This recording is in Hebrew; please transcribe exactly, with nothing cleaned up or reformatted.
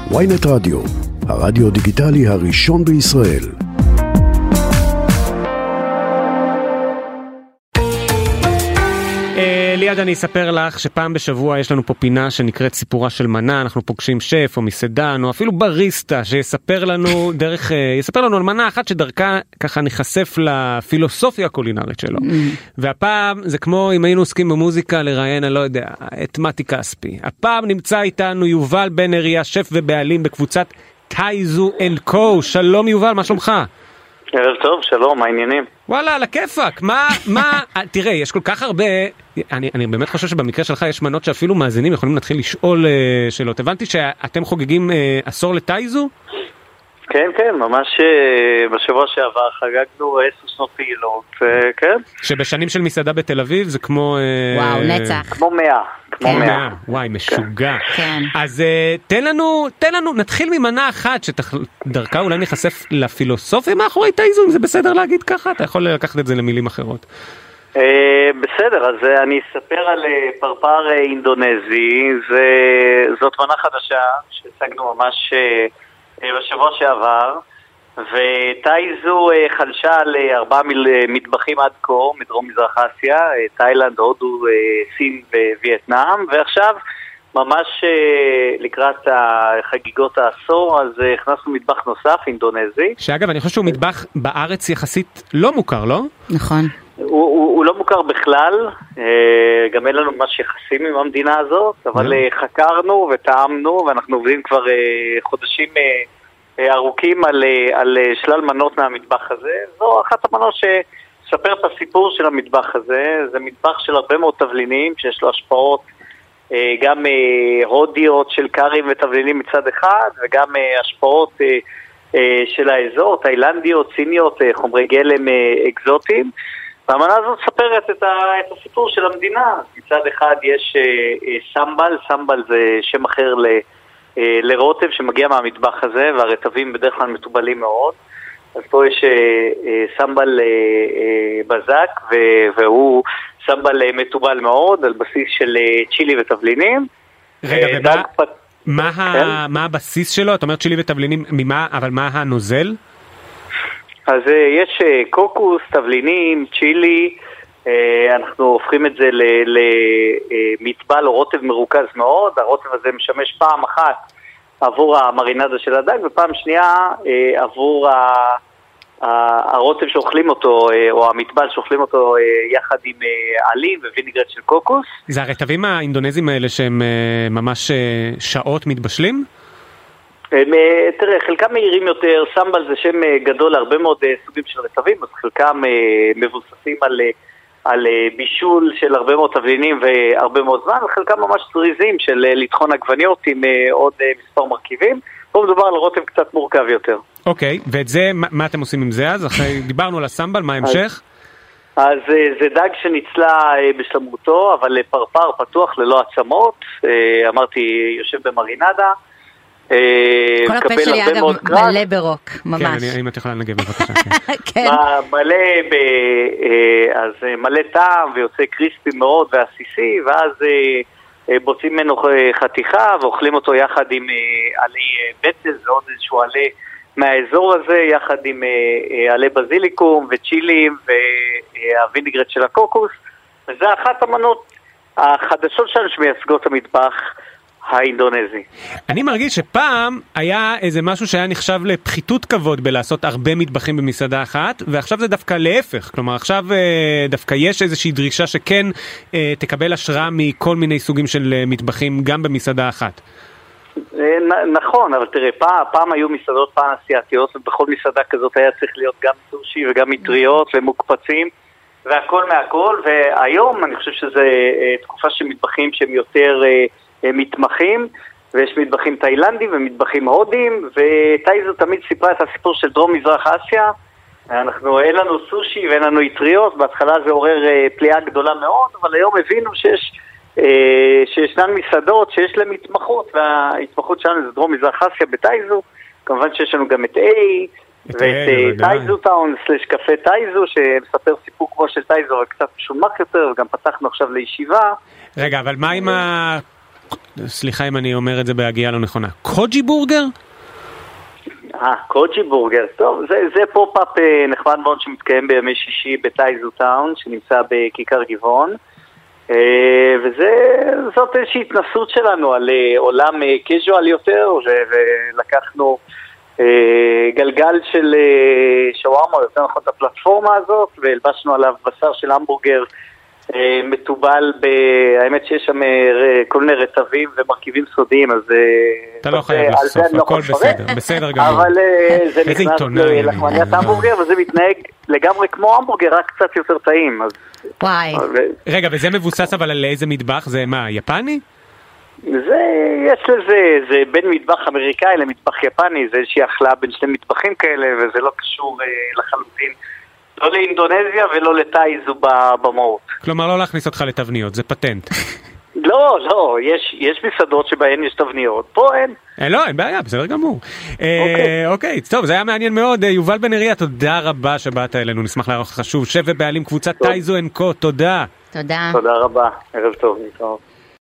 וויינט רדיו, הרדיו דיגיטלי הראשון בישראל. ליד, אני אספר לך שפעם בשבוע יש לנו פה פינה שנקראת סיפורה של מנה. אנחנו פוגשים שף או מסעדן או אפילו בריסטה שיספר לנו דרך, יספר לנו על מנה אחת שדרכה ככה נחשף לפילוסופיה הקולינרית שלו. והפעם זה כמו אם היינו עוסקים במוזיקה לראיין, אני לא יודע, את מתי כספי. הפעם נמצא איתנו יובל בן אריה, שף ובעלים בקבוצת טייזו אנד קו. שלום יובל, מה שלומך? ערב טוב, שלום, מה העניינים? וואלה, על הכיפק. מה, מה, תראה, יש כל כך הרבה, אני, אני באמת חושב שבמקרה שלך יש מנות שאפילו מאזינים יכולים להתחיל לשאול uh, שאלות. הבנתי שאתם חוגגים uh, עשור לטייזו? כן, כן, ממש uh, בשבוע שעבר חגגנו עשר שנות פעילות, uh, כן? שבשנים של מסעדה בתל אביב זה כמו... Uh, וואו, נצח. כמו מאה. כמו כן. מאה. וואי, משוגע. כן. אז uh, תן לנו, תן לנו, נתחיל ממנה אחת שדרכה אולי נחשף לפילוסופיה מאחורי טייזו, אם זה בסדר להגיד ככה? אתה יכול לקחת את זה למילים אחרות. Uh, בסדר, אז uh, אני אספר על uh, פרפר uh, אינדונזי. זה, זאת מנה חדשה שהצגנו ממש uh, uh, בשבוע שעבר, וטייזו uh, חלשה על uh, ארבעה מטבחים עד כה, מדרום מזרח אסיה, uh, תאילנד, הודו, uh, סין ווייטנאם, ועכשיו ממש uh, לקראת חגיגות העשור, אז uh, הכנסנו מטבח נוסף, אינדונזי. שאגב, אני חושב שהוא מטבח בארץ יחסית לא מוכר, לא? נכון. הוא, הוא, הוא לא מוכר בכלל, גם אין לנו ממש יחסים עם המדינה הזאת, אבל חקרנו וטעמנו, ואנחנו עובדים כבר חודשים ארוכים על, על שלל מנות מהמטבח הזה. זו אחת המנות שספר את הסיפור של המטבח הזה. זה מטבח של הרבה מאוד תבלינים, שיש לו השפעות גם הודיות של קארים ותבלינים מצד אחד, וגם השפעות של האזור, תאילנדיות, סיניות, חומרי גלם אקזוטיים. והמנה הזאת ספרת את, ה, את הסיפור של המדינה. מצד אחד יש אה, סמבל, סמבל זה שם אחר ל, אה, לרוטב שמגיע מהמטבח הזה, והרטבים בדרך כלל מטובלים מאוד. אז פה יש אה, אה, סמבל אה, אה, בזק, ו, והוא סמבל אה, מטובל מאוד, על בסיס של אה, צ'ילי ותבלינים. רגע, אה, ומה פת... מה, כן? ה, מה הבסיס שלו? אתה אומר צ'ילי ותבלינים, ממה, אבל מה הנוזל? אז uh, יש uh, קוקוס, תבלינים, צ'ילי, uh, אנחנו הופכים את זה למטבל uh, או רוטב מרוכז מאוד. הרוטב הזה משמש פעם אחת עבור המרינדה של הדג, ופעם שנייה uh, עבור ה, ה, הרוטב שאוכלים אותו, uh, או המטבל שאוכלים אותו uh, יחד עם uh, עלים ווינגרט של קוקוס. זה הרטבים האינדונזיים האלה שהם uh, ממש uh, שעות מתבשלים? תראה, חלקם מהירים יותר, סמבל זה שם גדול להרבה מאוד סוגים של רטבים, אז חלקם מבוססים על, על בישול של הרבה מאוד תבלינים והרבה מאוד זמן, וחלקם ממש זריזים של לטחון עגבניות עם עוד מספר מרכיבים. פה מדובר על רוטב קצת מורכב יותר. אוקיי, ואת זה, מה אתם עושים עם זה אז? אחרי דיברנו על הסמבל, מה ההמשך? אז, אז זה דג שניצלה בשלמותו, אבל פרפר פתוח ללא עצמות, אמרתי יושב במרינדה. כל הפה שלי אגב מלא ברוק, ממש. כן, אם את יכולה לנגב בבקשה. כן. מלא, אז מלא טעם ויוצא קריספי מאוד ועסיסי, ואז בוצעים ממנו חתיכה ואוכלים אותו יחד עם עלי בצל, זה עוד איזשהו עלי מהאזור הזה, יחד עם עלי בזיליקום וצ'ילים והווינגרט של הקוקוס, וזה אחת המנות החדשות שלנו שמייצגות המטבח האינדונזי. אני מרגיש שפעם היה איזה משהו שהיה נחשב לפחיתות כבוד בלעשות הרבה מטבחים במסעדה אחת, ועכשיו זה דווקא להפך. כלומר, עכשיו דווקא יש איזושהי דרישה שכן תקבל השראה מכל מיני סוגים של מטבחים גם במסעדה אחת. נכון, אבל תראה, פעם, פעם היו מסעדות פעם אסיאתיות, ובכל מסעדה כזאת היה צריך להיות גם סושי וגם מטריות ומוקפצים, והכל מהכל, והיום אני חושב שזה תקופה של מטבחים שהם יותר מתמחים, ויש מטבחים תאילנדים ומטבחים הודים, וטייזו תמיד סיפרה את הסיפור של דרום מזרח אסיה. אנחנו, אין לנו סושי ואין לנו יטריות, בהתחלה זה עורר פליאה גדולה מאוד, אבל היום הבינו שיש, שישנן מסעדות שיש להם התמחות, וההתמחות שלנו זה דרום מזרח אסיה בטייזו, כמובן שיש לנו גם את A, ואת טייזו טאון, סלש קפה טייזו, שמספר סיפור כמו של טייזו, אבל קצת משומח יותר, וגם פתחנו עכשיו לישיבה. רגע, אבל מה עם ה... סליחה אם אני אומר את זה בהגיעה לא נכונה, קוג'י בורגר? אה, קוג'י בורגר, טוב, זה, זה פופ-אפ נחמד מאוד שמתקיים בימי שישי בטייזו טאון, שנמצא בכיכר גבעון, וזאת איזושהי התנסות שלנו על עולם קז'ואל יותר, ולקחנו גלגל של שווארמה, יותר נכון את הפלטפורמה הזאת, והלבשנו עליו בשר של המבורגר מטובל, האמת שיש שם כל מיני רטבים ומרכיבים סודיים, אז אתה לא חייב לחשוף, הכל בסדר, בסדר גמור. אבל זה נכנס לחמניית המבורגר, וזה מתנהג לגמרי כמו המבורגר, רק קצת יותר טעים. וואי. רגע, וזה מבוסס אבל על איזה מטבח? זה מה, יפני? זה, יש לזה, זה בין מטבח אמריקאי למטבח יפני, זה איזושהי החלאה בין שני מטבחים כאלה, וזה לא קשור לחלוטין. לא לאינדונזיה ולא לטייזו במהות. כלומר, לא להכניס אותך לתבניות, זה פטנט. לא, לא, יש, יש מסעדות שבהן יש תבניות, פה אין. אה, לא, אין בעיה, בסדר גמור. אוקיי. אוקיי, טוב, זה היה מעניין מאוד. יובל בן אריה, תודה רבה שבאת אלינו, נשמח לערוך לך שוב. שב ובעלים קבוצת טייזו אנקו, תודה. תודה. תודה רבה, ערב טוב, נתראות.